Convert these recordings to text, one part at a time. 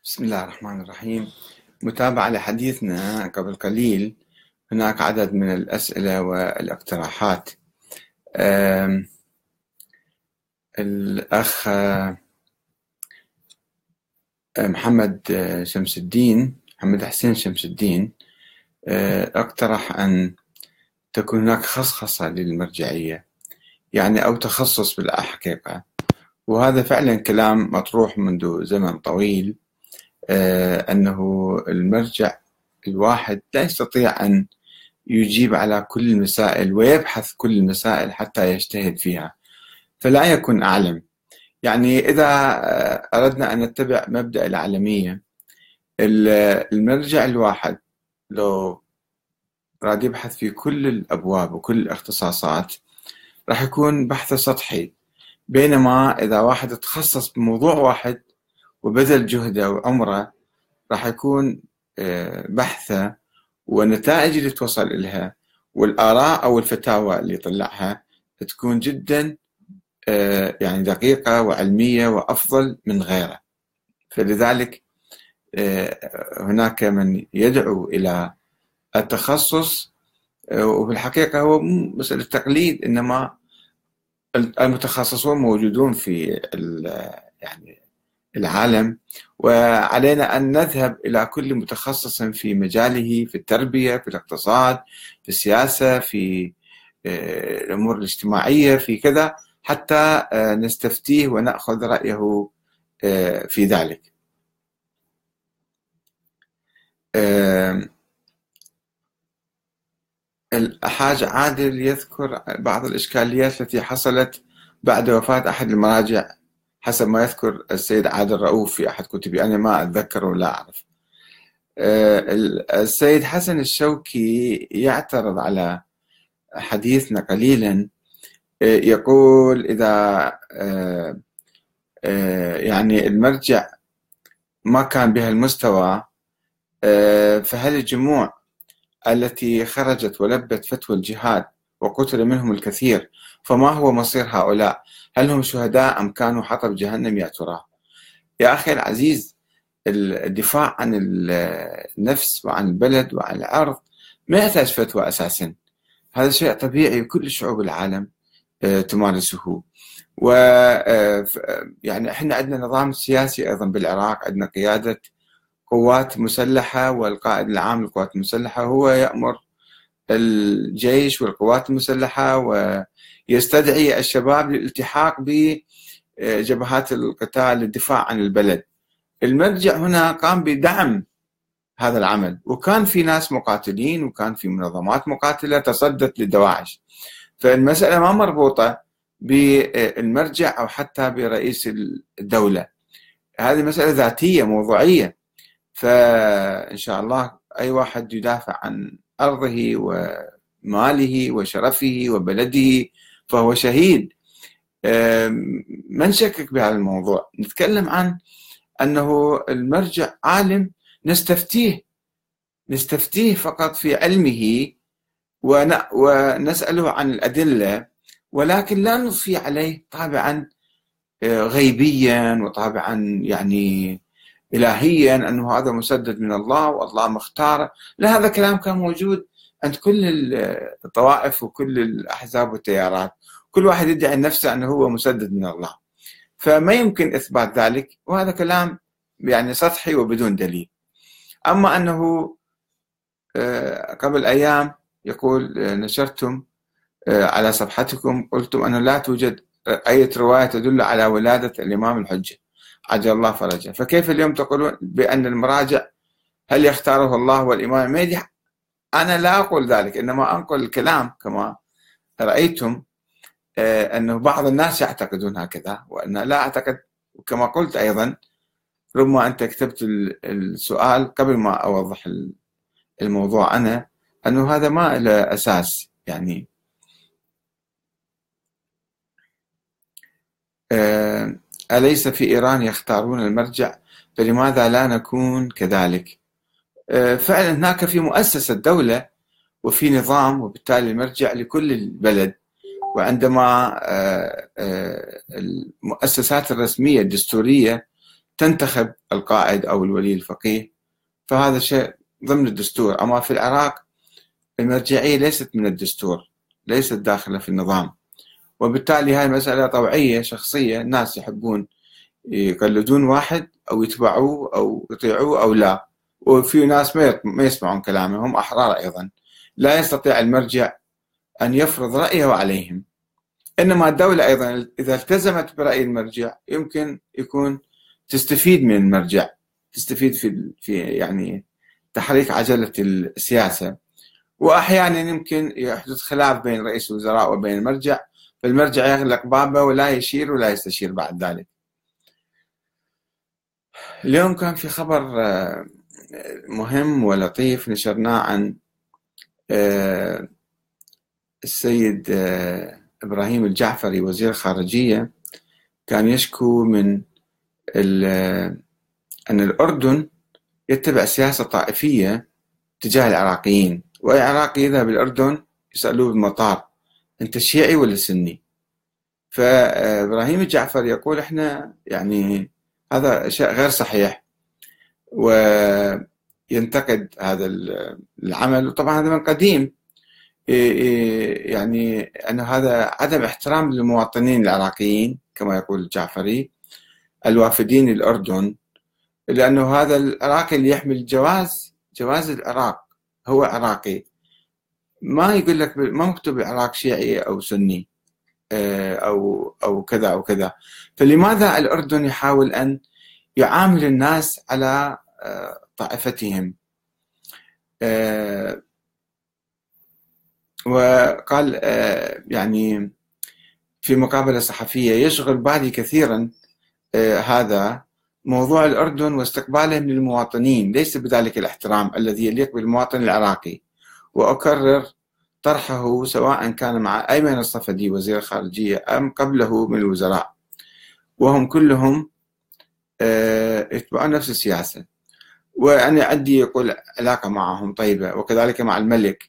بسم الله الرحمن الرحيم. متابعة لحديثنا قبل قليل، هناك عدد من الأسئلة والاقتراحات. الأخ محمد شمس الدين، محمد حسين شمس الدين، اقترح أن تكون هناك خصخصة للمرجعية، يعني أو تخصص بالحقيقة، وهذا فعلا كلام مطروح منذ زمن طويل. أنه المرجع الواحد لا يستطيع أن يجيب على كل المسائل ويبحث كل المسائل حتى يجتهد فيها، فلا يكون أعلم. يعني إذا أردنا أن نتبع مبدأ العالمية، المرجع الواحد لو راد يبحث في كل الأبواب وكل الاختصاصات راح يكون بحث سطحي، بينما إذا واحد تخصص بموضوع واحد وبذل جهده وعمره راح يكون بحثه والنتائج اللي توصل إلها والآراء أو الفتاوى اللي يطلعها تكون جدا يعني دقيقة وعلمية وأفضل من غيره. فلذلك هناك من يدعو إلى التخصص، وبالحقيقة هو مو مسألة تقليد، إنما المتخصصون موجودون في يعني العالم، وعلينا أن نذهب إلى كل متخصص في مجاله، في التربية، في الاقتصاد، في السياسة، في الأمور الاجتماعية، في كذا، حتى نستفتيه ونأخذ رأيه في ذلك. الحاج عادل يذكر بعض الإشكاليات التي حصلت بعد وفاة أحد المراجع، حسب ما يذكر السيد عادل رؤوف في أحد كتبه، أنا ما أتذكر ولا أعرف. السيد حسن الشوكي يعترض على حديثنا قليلا، يقول إذا يعني المرجع ما كان بهالمستوى، فهل الجموع التي خرجت ولبت فتوى الجهاد وقتل منهم الكثير، فما هو مصير هؤلاء؟ هل هم شهداء أم كانوا حطب جهنم يا ترى؟ يا أخي العزيز، الدفاع عن النفس وعن البلد وعن الأرض ما يحتاج فتوى أساسا، هذا شيء طبيعي كل شعوب العالم تمارسه. و يعني احنا عندنا نظام سياسي ايضا بالعراق، عندنا قياده قوات مسلحه، والقائد العام للقوات المسلحه هو يأمر الجيش والقوات المسلحه ويستدعي الشباب للالتحاق بجبهات القتال للدفاع عن البلد. المرجع هنا قام بدعم هذا العمل، وكان في ناس مقاتلين وكان في منظمات مقاتله تصدت للدواعش، فالمساله ما مربوطه بالمرجع او حتى برئيس الدوله، هذه مساله ذاتيه موضوعيه. فان شاء الله اي واحد يدافع عن ارضه وماله وشرفه وبلده فهو شهيد، ما نشكك بهذا الموضوع. نتكلم عن انه المرجع عالم نستفتيه فقط في علمه ونسأله عن الأدلة، ولكن لا نضفي عليه طابعا غيبيا وطابعا يعني إلهيا أنه هذا مسدد من الله والله مختار. لا، هذا كلام كان موجود عند كل الطوائف وكل الأحزاب والتيارات، كل واحد يدعي نفسه أنه هو مسدد من الله، فما يمكن إثبات ذلك، وهذا كلام يعني سطحي وبدون دليل. أما أنه قبل أيام يقول نشرتم على صفحتكم قلتم أنه لا توجد أي رواية تدل على ولادة الإمام الحجة عجل الله فرجه، فكيف اليوم تقولون بأن المراجع هل يختاره الله والإمام المهدي؟ أنا لا أقول ذلك، إنما أنقل الكلام كما رأيتم، أنه بعض الناس يعتقدون هكذا وأنا لا أعتقد. وكما قلت أيضا، ربما أنت كتبت السؤال قبل ما أوضح الموضوع أنا، أنه هذا ما له أساس. يعني أليس في إيران يختارون المرجع؟ فلماذا لا نكون كذلك؟ فعلا هناك في مؤسسة دولة وفي نظام، وبالتالي المرجع لكل البلد. وعندما المؤسسات الرسمية الدستورية تنتخب القائد أو الولي الفقيه، فهذا شيء ضمن الدستور. أما في العراق المرجعية ليست من الدستور، ليست داخلة في النظام، وبالتالي هاي مسألة طوعية شخصية، الناس يحبون يقلدون واحد أو يتبعوه أو يطيعوه أو لا، وفي ناس ما يسمعون كلامه، هم أحرار أيضا. لا يستطيع المرجع أن يفرض رأيه عليهم، إنما الدولة أيضا إذا التزمت برأي المرجع يمكن يكون تستفيد من المرجع، تستفيد في يعني تحريك عجلة السياسة. وأحيانا يمكن يحدث خلاف بين رئيس الوزراء وبين المرجع، فالمرجع يغلق بابه ولا يشير ولا يستشير بعد ذلك. اليوم كان في خبر مهم ولطيف نشرناه عن السيد إبراهيم الجعفري وزير الخارجية. كان يشكو من أن الأردن يتبع سياسة طائفية تجاه العراقيين، وأي عراقي يذهب الأردن يسألوه بالمطار أنت شيعي ولا سني؟ فإبراهيم الجعفري يقول إحنا يعني هذا شيء غير صحيح، وينتقد هذا العمل. وطبعا هذا من قديم، يعني أن هذا عدم احترام للمواطنين العراقيين كما يقول الجعفري الوافدين الأردن، لأنه هذا العراقي اللي يحمل جواز العراق هو عراقي، ما يقول لك ما مكتوب العراق شيعي أو سني أو كذا أو كذا. فلماذا الأردن يحاول أن يعامل الناس على طائفتهم؟ وقال يعني في مقابلة صحفية يشغل بالي كثيرا هذا موضوع الأردن واستقبالهم للمواطنين ليس بذلك الاحترام الذي يليق بالمواطن العراقي. وأكرر طرحه سواء كان مع أيمن الصفدي وزير الخارجية أم قبله من الوزراء، وهم كلهم يتبعون نفس السياسة، وأنا عندي يقول علاقة معهم طيبة، وكذلك مع الملك.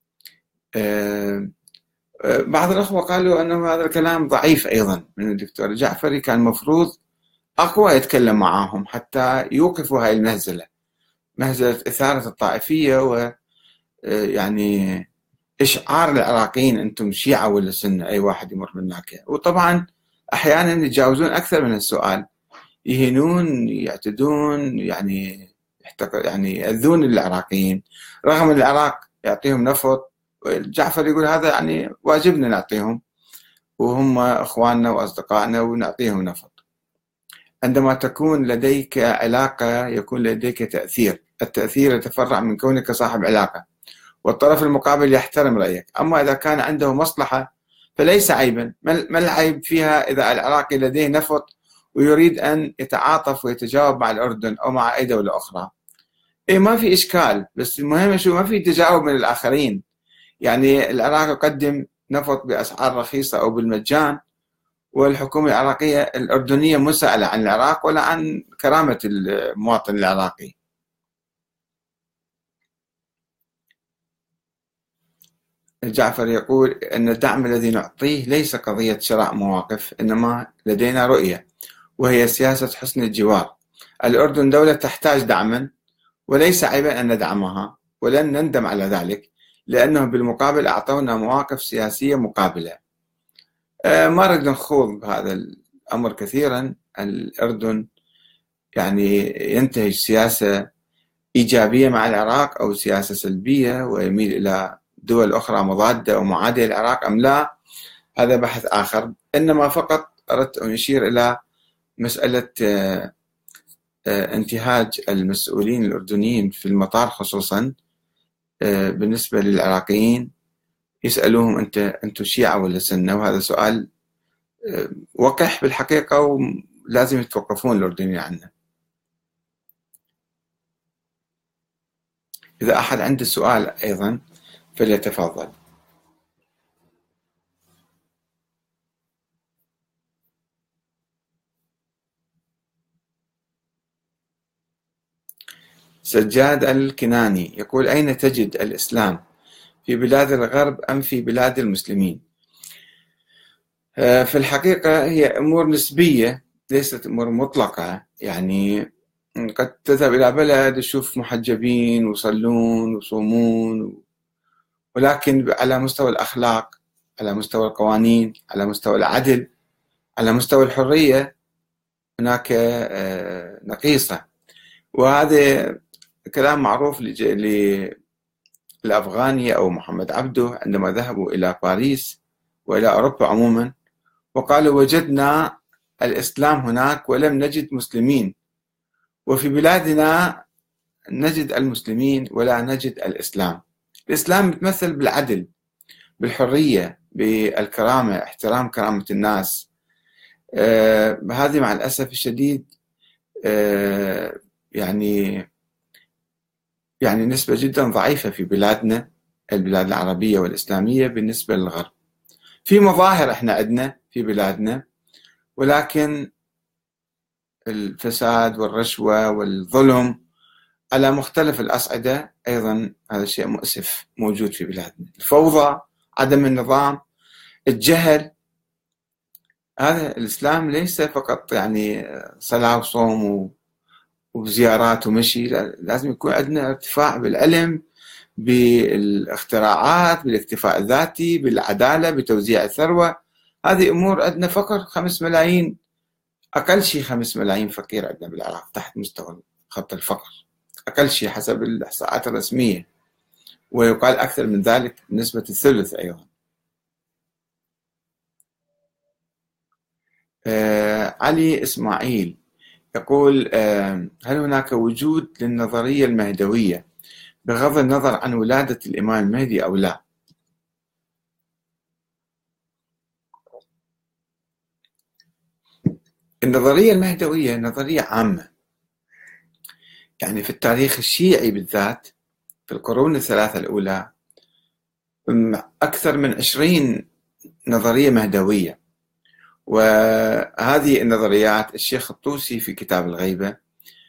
بعض الأخوة قالوا أنه هذا الكلام ضعيف أيضا من الدكتور الجعفري، كان مفروض أقوى يتكلم معهم حتى يوقفوا هاي المهزلة، مهزلة إثارة الطائفية ويعني إشعار العراقيين أنتم شيعة ولا سنة، أي واحد يمر من هناك. وطبعا أحيانا يتجاوزون أكثر من السؤال، يهينون يعتدون يعني يأذون العراقيين، رغم أن العراق يعطيهم نفط. جعفر يقول هذا يعني واجبنا نعطيهم، وهم أخواننا وأصدقائنا ونعطيهم نفط. عندما تكون لديك علاقة يكون لديك تأثير، التأثير يتفرع من كونك صاحب علاقة والطرف المقابل يحترم رأيك. أما إذا كان عنده مصلحة فليس عيبا، ما العيب فيها إذا العراقي لديه نفط ويريد أن يتعاطف ويتجاوب مع الأردن أو مع أي دولة أخرى؟ إيه ما في إشكال، بس المهم شو ما في تجاوب من الآخرين. يعني العراق يقدم نفط بأسعار رخيصة أو بالمجان، والحكومة العراقية الأردنية مسألة عن العراق ولا عن كرامة المواطن العراقي. جعفر يقول أن الدعم الذي نعطيه ليس قضية شراء مواقف، إنما لدينا رؤية وهي سياسة حسن الجوار. الأردن دولة تحتاج دعما، وليس عيبا أن ندعمها، ولن نندم على ذلك، لأنهم بالمقابل أعطونا مواقف سياسية مقابلة. ما أريد نخوض بهذا الأمر كثيرا. الأردن يعني ينتهج سياسة إيجابية مع العراق أو سياسة سلبية ويميل إلى دول أخرى مضادة ومعادية للعراق أم لا، هذا بحث آخر. إنما فقط أردت أن أشير إلى مسألة انتهاج المسؤولين الأردنيين في المطار خصوصا بالنسبة للعراقيين، يسألوهم أنتم شيعة ولا سنة، وهذا سؤال وقح بالحقيقة ولازم يتوقفون الأردنيين عنه. إذا أحد عنده سؤال أيضا فليتفضل. سجاد الكناني يقول أين تجد الإسلام، في بلاد الغرب أم في بلاد المسلمين؟ في الحقيقة هي أمور نسبية، ليست أمور مطلقة، يعني قد تذهب إلى بلد تشوف محجبين ويصلون ويصومون، ولكن على مستوى الأخلاق، على مستوى القوانين، على مستوى العدل، على مستوى الحرية، هناك نقيصة. وهذا كلام معروف للأفغاني أو محمد عبده عندما ذهبوا إلى باريس وإلى أوروبا عموما، وقالوا وجدنا الإسلام هناك ولم نجد مسلمين، وفي بلادنا نجد المسلمين ولا نجد الإسلام. الإسلام يتمثل بالعدل، بالحرية، بالكرامة، احترام كرامة الناس. هذه مع الأسف الشديد يعني نسبة جدا ضعيفة في بلادنا، البلاد العربية والإسلامية، بالنسبة للغرب. في مظاهر احنا عندنا في بلادنا، ولكن الفساد والرشوة والظلم على مختلف الأصعدة أيضا هذا شيء مؤسف موجود في بلادنا. الفوضى، عدم النظام، الجهل. هذا الإسلام ليس فقط يعني صلاة وصوم وزيارات ومشي، لازم يكون عندنا ارتفاع بالعلم، بالاختراعات، بالاكتفاء الذاتي، بالعدالة، بتوزيع الثروة. هذه أمور عندنا. فقر 5 ملايين، أقل شيء 5 ملايين فقير عندنا بالعراق تحت مستوى خط الفقر، أقل شيء حسب الإحصاءات الرسمية، ويقال أكثر من ذلك بنسبة الثلث أيضا. علي إسماعيل يقول هل هناك وجود للنظرية المهدوية بغض النظر عن ولادة الإمام المهدي أو لا؟ النظرية المهدوية نظرية عامة، يعني في التاريخ الشيعي بالذات في القرون الثلاثة الأولى أكثر من 20 نظرية مهدوية. وهذه النظريات الشيخ الطوسي في كتاب الغيبة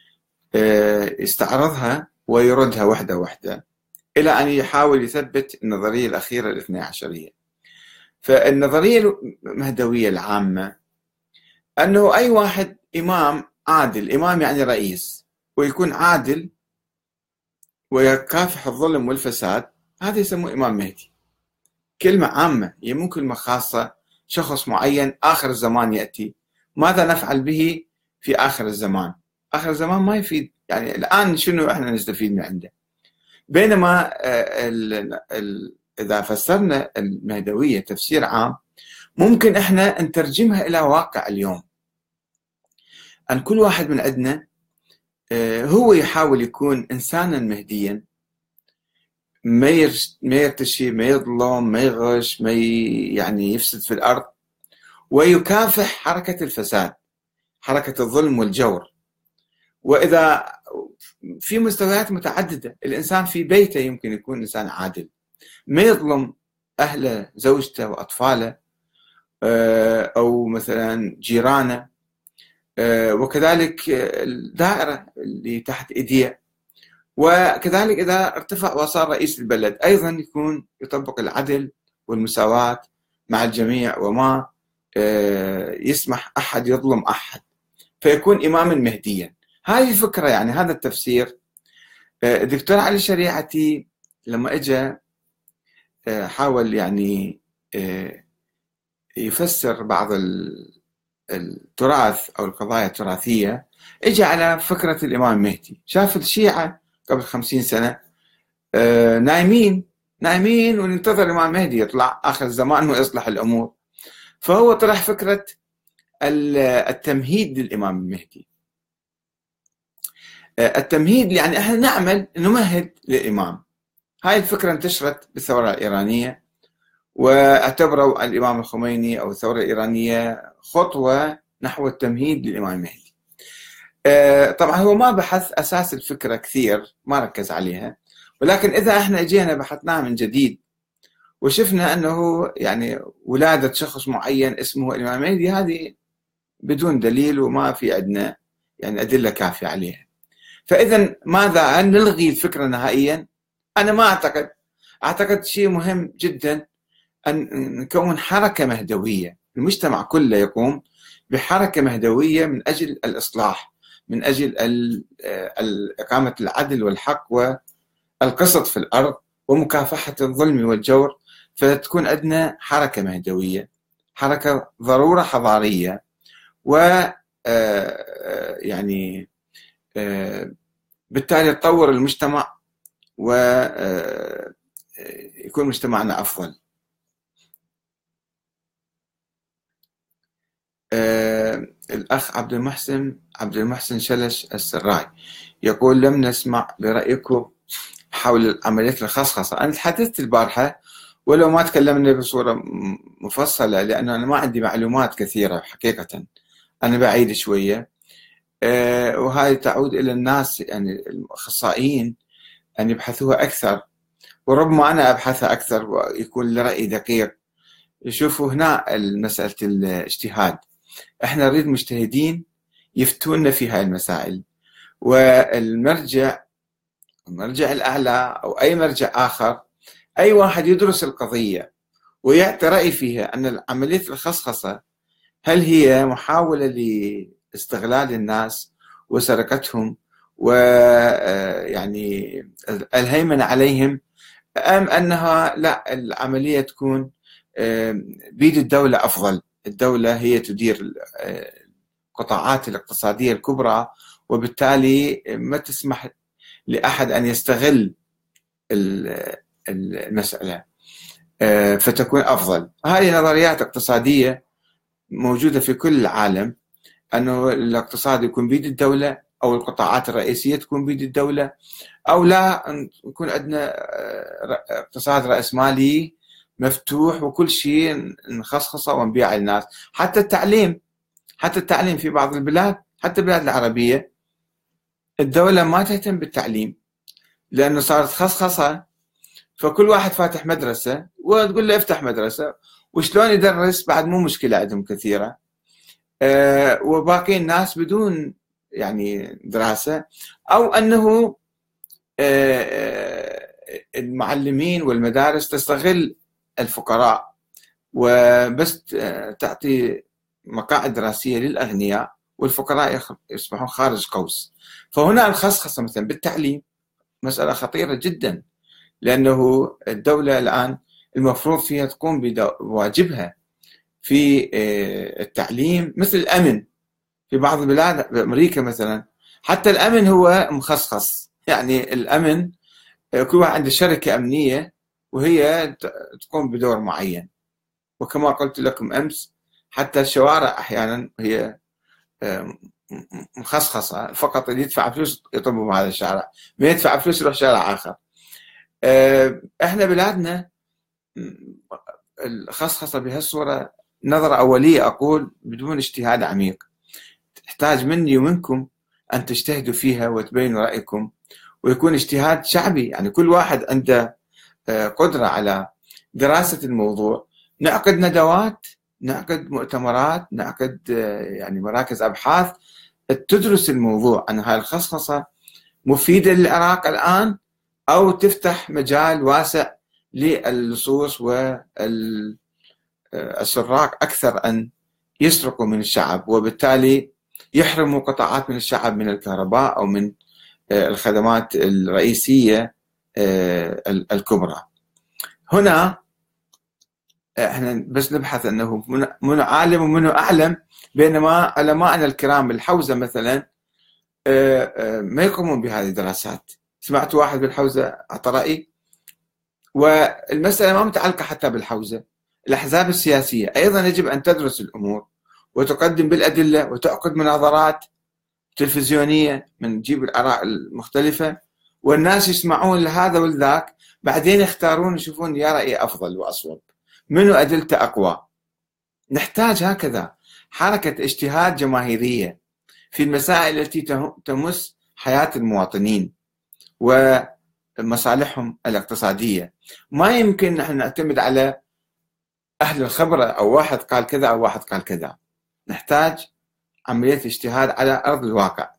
يستعرضها ويردها واحدة واحدة إلى أن يحاول يثبت النظرية الأخيرة الاثنى عشرية. فالنظرية المهدوية العامة أنه أي واحد إمام عادل، إمام يعني رئيس، ويكون عادل ويكافح الظلم والفساد، هذا يسموه إمام مهدي. كلمة عامة، هي مو كلمة خاصة، شخص معين آخر الزمان يأتي، ماذا نفعل به في آخر الزمان؟ آخر الزمان ما يفيد، يعني الآن شنو إحنا نستفيد من عنده؟ بينما إذا فسرنا المهدوية تفسير عام ممكن إحنا نترجمها إلى واقع اليوم، أن كل واحد من عندنا هو يحاول يكون إنسانا مهديا، ما يرتشي، ما يظلم، ما يغش، ما يعني يفسد في الأرض، ويكافح حركة الفساد، حركة الظلم والجور. وإذا في مستويات متعددة، الإنسان في بيته يمكن يكون إنسان عادل، ما يظلم أهله، زوجته وأطفاله، أو مثلا جيرانه، وكذلك الدائرة اللي تحت إيديه. وكذلك إذا ارتفع وصار رئيس البلد أيضا يكون يطبق العدل والمساواة مع الجميع، وما يسمح أحد يظلم أحد، فيكون إماما مهديا. هذه الفكرة، يعني هذا التفسير. الدكتور علي الشريعتي لما اجى حاول يعني يفسر بعض التراث أو القضايا التراثية، اجى على فكرة الإمام المهدي. شاف الشيعة قبل 50 سنة نايمين وننتظر الإمام المهدي يطلع آخر الزمان ويصلح الأمور، فهو طرح فكرة التمهيد للإمام المهدي. التمهيد يعني احنا نعمل نمهد للإمام. هاي الفكرة انتشرت بالثورة الإيرانية، واعتبروا الإمام الخميني أو الثورة الإيرانية خطوة نحو التمهيد للإمام المهدي. طبعا هو ما بحث أساس الفكرة كثير، ما ركز عليها، ولكن إذا احنا اجينا بحثناها من جديد وشفنا أنه يعني ولادة شخص معين اسمه الإمام المهدي، هذه بدون دليل وما في عندنا يعني أدلة كافية عليها. فإذا ماذا؟ هل نلغي الفكرة نهائيا؟ أنا ما أعتقد شيء مهم جدا أن نكون حركة مهدوية المجتمع كله يقوم بحركة مهدوية من أجل الإصلاح، من أجل إقامة العدل والحق والقسط في الأرض ومكافحة الظلم والجور. فتكون عندنا حركة مهدوية، حركة ضرورة حضارية، و يعني بالتالي تطور المجتمع ويكون مجتمعنا أفضل. الأخ عبد المحسن شلش السراي يقول: لم نسمع برأيكم حول عملية الخصخصة. أنا تحدثت البارحة ولو ما تكلمنا بصورة مفصلة، لأنه أنا ما عندي معلومات كثيرة حقيقة، أنا بعيد شوية. وهذه تعود إلى الناس، يعني الأخصائيين، أن يبحثوها أكثر، وربما أنا أبحثها أكثر ويكون لرأي دقيق. شوفوا هنا مسألة الاجتهاد، احنا نريد مجتهدين يفتونا في هاي المسائل، والمرجع الأعلى أو أي مرجع آخر، أي واحد يدرس القضية ويعطي رأي فيها أن عملية الخصخصة هل هي محاولة لاستغلال الناس وسرقتهم ويعني الهيمنة عليهم، أم أنها لا، العملية تكون بيد الدولة أفضل، الدولة هي تدير القطاعات الاقتصادية الكبرى، وبالتالي ما تسمح لأحد أن يستغل المسألة، فتكون أفضل. هذه نظريات اقتصادية موجودة في كل العالم، أنه الاقتصاد يكون بيد الدولة، أو القطاعات الرئيسية تكون بيد الدولة، أو لا يكون عندنا اقتصاد رأسمالي مفتوح وكل شيء نخصصه ونبيعه للناس. حتى التعليم في بعض البلاد، حتى البلاد العربية، الدولة ما تهتم بالتعليم لأنه صارت خصخصة، فكل واحد فاتح مدرسة وتقول له افتح مدرسة، وشلون يدرس بعد مو مشكلة عندهم كثيرة. وباقي الناس بدون يعني دراسة، أو أنه المعلمين والمدارس تستغل الفقراء وبس تعطي مقاعد دراسية للأغنياء، والفقراء يصبحون خارج قوس. فهنا الخصخصة مثلا بالتعليم مسألة خطيرة جدا، لأنه الدولة الآن المفروض فيها تقوم بواجبها في التعليم، مثل الأمن. في بعض البلاد بأمريكا مثلا حتى الأمن هو مخصص، يعني الأمن كل واحد عنده شركة أمنية وهي تقوم بدور معين. وكما قلت لكم أمس، حتى الشوارع أحيانا هي مخصصة، فقط اللي يدفع فلوس يطب هذا الشارع، ما يدفع فلوس يروح شارع آخر. احنا بلادنا الخصخصة بهالصورة نظرة أولية، أقول بدون اجتهاد عميق. تحتاج مني ومنكم أن تجتهدوا فيها وتبينوا رأيكم، ويكون اجتهاد شعبي، يعني كل واحد عنده قدرة على دراسة الموضوع. نعقد ندوات، نعقد مؤتمرات، نعقد يعني مراكز أبحاث تدرس الموضوع، أن هاي الخصخصة مفيدة للعراق الآن، أو تفتح مجال واسع للصوص والسراق أكثر أن يسرقوا من الشعب، وبالتالي يحرموا قطاعات من الشعب من الكهرباء أو من الخدمات الرئيسية الكبرى. هنا احنا بس نبحث انه منو عالم ومنو اعلم، بينما علماءنا الكرام بالحوزه مثلا ما يقومون بهذه الدراسات. سمعت واحد بالحوزه اعطى راي، والمساله ما متعلقه حتى بالحوزه. الاحزاب السياسيه ايضا يجب ان تدرس الامور وتقدم بالادله وتعقد مناظرات تلفزيونيه من تجيب الاراء المختلفه، والناس يسمعون لهذا والذاك، بعدين يختارون يشوفون يا رايي افضل واصوب، منو ادلته اقوى. نحتاج هكذا حركه اجتهاد جماهيريه في المسائل التي تمس حياه المواطنين ومصالحهم الاقتصاديه. ما يمكن نحن نعتمد على اهل الخبره، او واحد قال كذا او واحد قال كذا. نحتاج عمليه اجتهاد على ارض الواقع.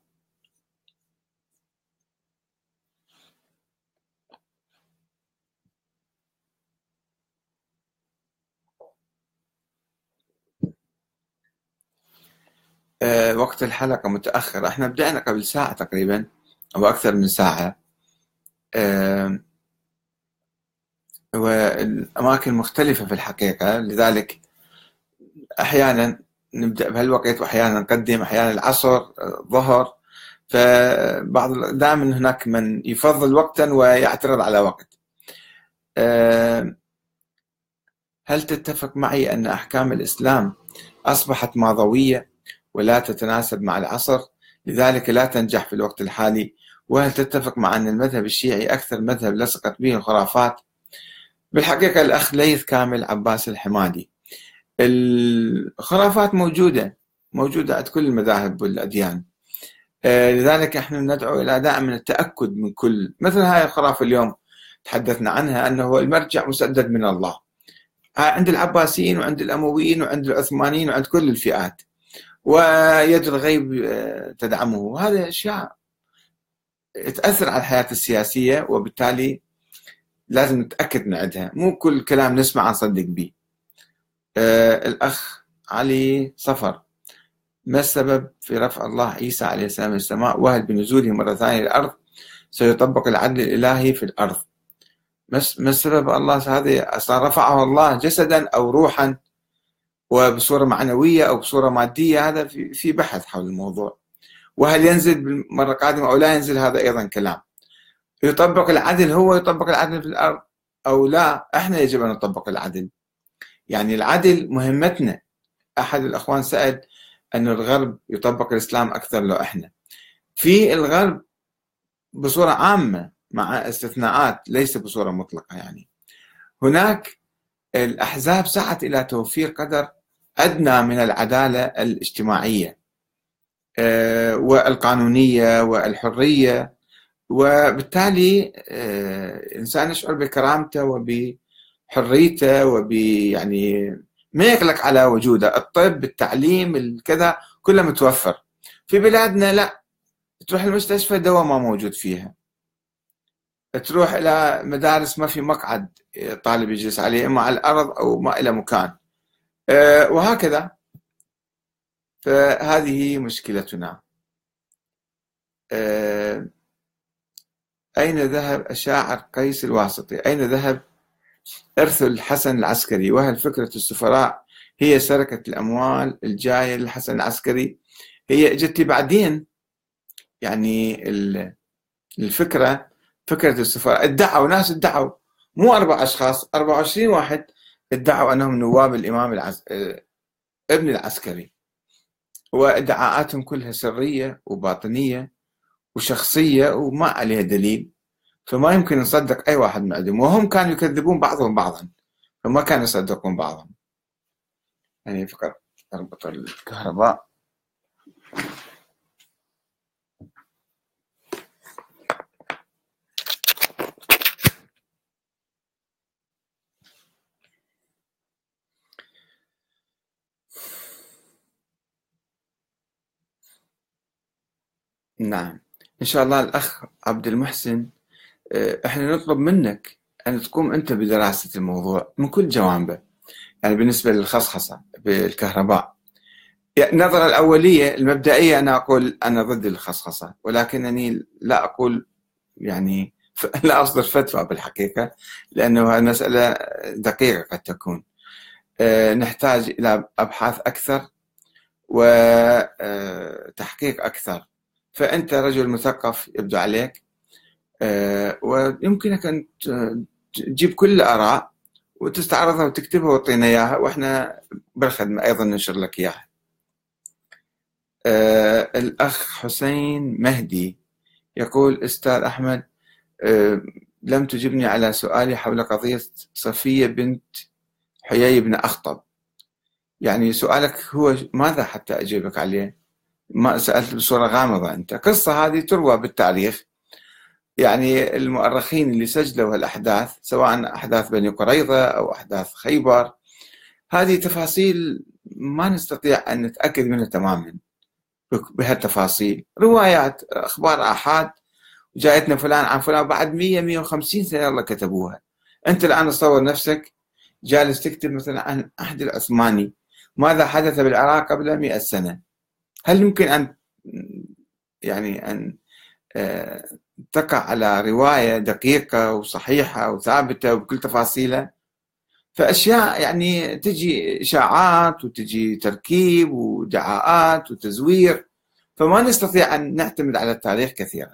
وقت الحلقة متأخر، احنا بدأنا قبل ساعة تقريبا أو أكثر من ساعة. آه، والأماكن مختلفة في الحقيقة، لذلك أحيانا نبدأ بهالوقت وأحيانا نقدم، أحيانا العصر، الظهر. دائما هناك من يفضل وقتا ويعترض على وقت. آه، هل تتفق معي أن أحكام الإسلام أصبحت ماضوية ولا تتناسب مع العصر، لذلك لا تنجح في الوقت الحالي؟ وهل تتفق مع أن المذهب الشيعي أكثر مذهب لصقت به الخرافات؟ بالحقيقة الأخ ليث كامل عباس الحمادي، الخرافات موجودة عند كل المذاهب والأديان. لذلك احنا ندعو إلى دائما التأكد من كل مثل هاي الخرافة. اليوم تحدثنا عنها أنه المرجع مسدد من الله عند العباسيين وعند الأمويين وعند العثمانيين وعند كل الفئات، ويد الغيب تدعمه. هذه أشياء تأثر على الحياة السياسية، وبالتالي لازم نتأكد من عندها، مو كل كلام نسمع نصدق به. الأخ علي صفر، ما السبب في رفع الله عيسى عليه السلام السماء، وهل بنزوله مرة ثانية للأرض سيطبق العدل الإلهي في الأرض؟ ما السبب الله هذا أصلا رفعه الله جسدا أو روحا وبصورة معنوية أو بصورة مادية؟ هذا في بحث حول الموضوع. وهل ينزل مرة قادمة أو لا ينزل؟ هذا أيضا كلام. يطبق العدل، هو يطبق العدل في الأرض أو لا؟ إحنا يجب أن نطبق العدل، يعني العدل مهمتنا. أحد الأخوان سأل أن الغرب يطبق الإسلام أكثر لو إحنا في الغرب بصورة عامة مع استثناءات، ليس بصورة مطلقة. يعني هناك الأحزاب سعت إلى توفير قدر أدنى من العدالة الاجتماعية والقانونية والحرية، وبالتالي الإنسان يشعر بكرامته وبحريته يعني ما يقلق على وجوده. الطب، التعليم، الكذا كله متوفر. في بلادنا لا، تروح المستشفى دواء ما موجود فيها، تروح إلى مدارس ما في مقعد طالب يجلس عليه، إما على الأرض أو ما إلى مكان، وهكذا. فهذه مشكلتنا. أين ذهب الشاعر قيس الواسطي؟ أين ذهب إرث الحسن العسكري؟ وهل فكرة السفراء هي سرقة الأموال الجاية للحسن العسكري؟ هي اجت بعدين. يعني الفكرة، فكرة السفراء ادعوا ناس، ادعوا مو 4 أشخاص، 24 واحد ادعوا أنهم نواب الإمام ابن العسكري، وادعاءاتهم كلها سرية وباطنية وشخصية وما عليها دليل، فما يمكن نصدق أي واحد من عندهم. وهم كانوا يكذبون بعضهم بعضا، فما كانوا يصدقون بعضهم. يعني فقط أربط الكهرباء. نعم، إن شاء الله. الأخ عبد المحسن، إحنا نطلب منك أن تقوم أنت بدراسة الموضوع من كل جوانبه. يعني بالنسبة للخصخصة بالكهرباء، يعني النظرة الأولية المبدئية أنا أقول أنا ضد الخصخصة، ولكنني لا أقول يعني لا أصدر فتوى بالحقيقة، لأنه المسألة دقيقة قد تكون. نحتاج إلى أبحاث أكثر وتحقيق أكثر. فأنت رجل مثقف يبدو عليك، ويمكنك أن تجيب كل الآراء وتستعرضها وتكتبها وتعطينا إياها، وإحنا بالخدمة أيضا ننشر لك إياها. الأخ حسين مهدي يقول: أستاذ أحمد، لم تجبني على سؤالي حول قضية صفية بنت حيي بن أخطب. يعني سؤالك هو ماذا حتى أجيبك عليه؟ ما سألت بصورة غامضة. أنت قصة هذه تروى بالتاريخ، يعني المؤرخين اللي سجلوا هالأحداث، سواء أحداث بني قريظة أو أحداث خيبر، هذه تفاصيل ما نستطيع أن نتأكد منها تماما بهالتفاصيل. روايات، أخبار آحاد، جاءتنا فلان عن فلان بعد 100-150 سنة الله كتبوها. أنت الآن تصور نفسك جالس تكتب مثلا عن عهد العثماني، ماذا حدث بالعراق قبل 100 سنة. هل يمكن أن يعني أن آه، تقع على رواية دقيقة وصحيحة وثابتة وبكل تفاصيلها؟ فأشياء يعني تجي إشاعات وتجي تركيب ودعاءات وتزوير، فما نستطيع أن نعتمد على التاريخ كثيرا.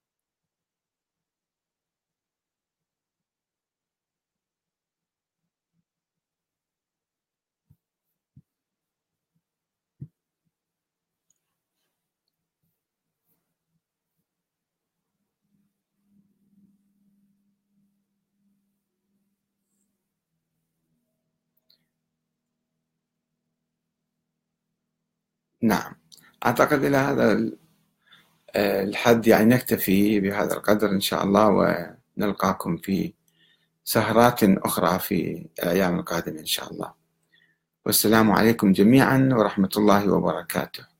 نعم، أعتقد إلى هذا الحد يعني نكتفي بهذا القدر إن شاء الله، ونلقاكم في سهرات أخرى في الأيام القادمة إن شاء الله. والسلام عليكم جميعا ورحمة الله وبركاته.